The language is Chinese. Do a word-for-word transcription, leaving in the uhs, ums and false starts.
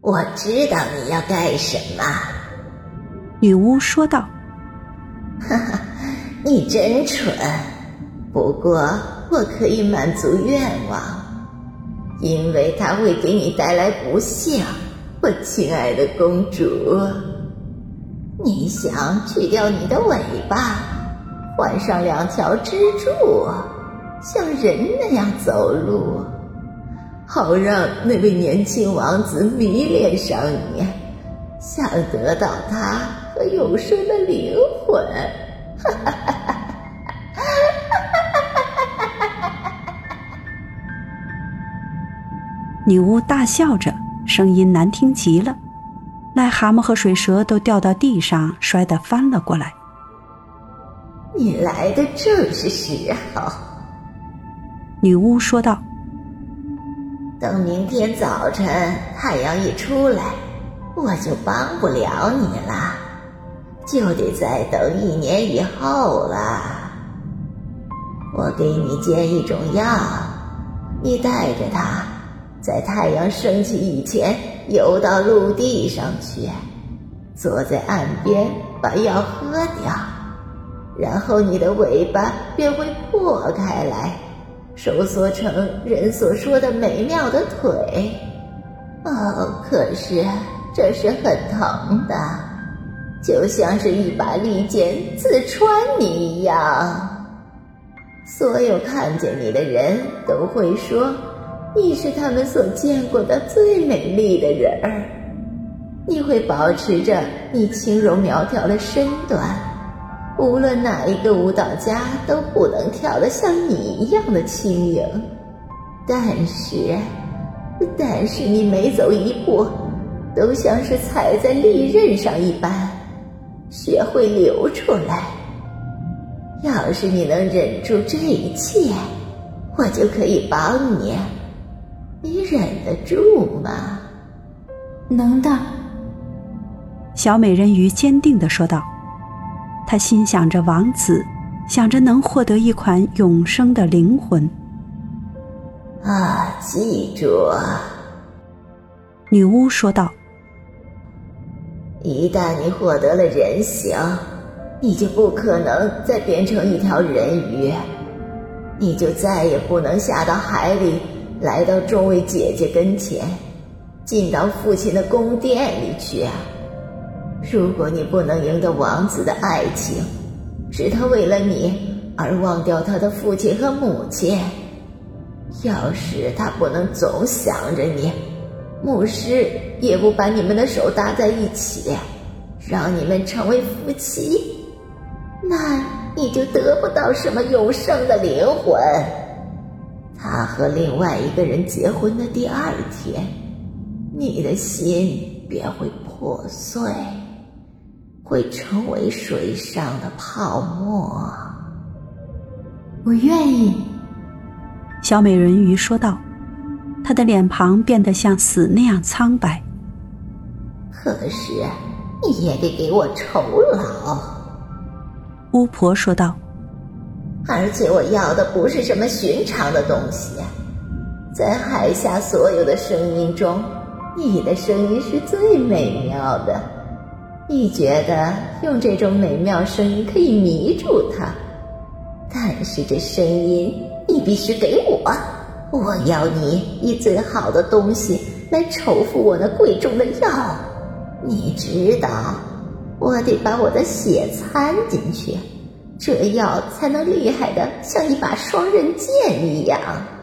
我知道你要干什么。 女巫说道。 哈哈，你真蠢，不过我可以满足愿望，因为它会给你带来不幸，我亲爱的公主。你想去掉你的尾巴，换上两条支柱，像人那样走路，好让那位年轻王子迷恋上你，想得到他和永生的灵魂。 女巫大笑着，声音难听极了，癞蛤蟆和水蛇都掉到地上，摔得翻了过来。 你来的正是时候， 女巫说道。 等明天早晨太阳一出来，我就帮不了你了，就得再等一年以后了。我给你煎一种药，你带着它，在太阳升起以前游到陆地上去，坐在岸边把药喝掉，然后你的尾巴便会破开来，收缩成人所说的美妙的腿。哦，可是这是很疼的，就像是一把利剑刺穿你一样。所有看见你的人都会说，你是他们所见过的最美丽的人儿。你会保持着你轻柔苗条的身段，无论哪一个舞蹈家都不能跳得像你一样的轻盈。但是但是你每走一步都像是踩在利刃上一般，血会流出来。要是你能忍住这一切，我就可以帮你。你忍得住吗？ 能的， 小美人鱼坚定地说道。她心想着王子，想着能获得一款永生的灵魂。 啊，记住啊， 女巫说道。 一旦你获得了人形，你就不可能再变成一条人鱼，你就再也不能下到海里，来到众位姐姐跟前，进到父亲的宫殿里去。如果你不能赢得王子的爱情，使他为了你而忘掉他的父亲和母亲，要是他不能总想着你，牧师也不把你们的手搭在一起，让你们成为夫妻，那你就得不到什么永生的灵魂。他和另外一个人结婚的第二天，你的心便会破碎，会成为水上的泡沫。 我愿意， 小美人鱼说道，她的脸庞变得像死那样苍白。 可是你也得给我酬劳， 巫婆说道。 而且我要的不是什么寻常的东西，在海下所有的声音中，你的声音是最美妙的。你觉得用这种美妙声音可以迷住它，但是这声音你必须给我，我要你以最好的东西来酬付我那贵重的药。你知道，我得把我的血掺进去，这药才能厉害的像一把双刃剑一样。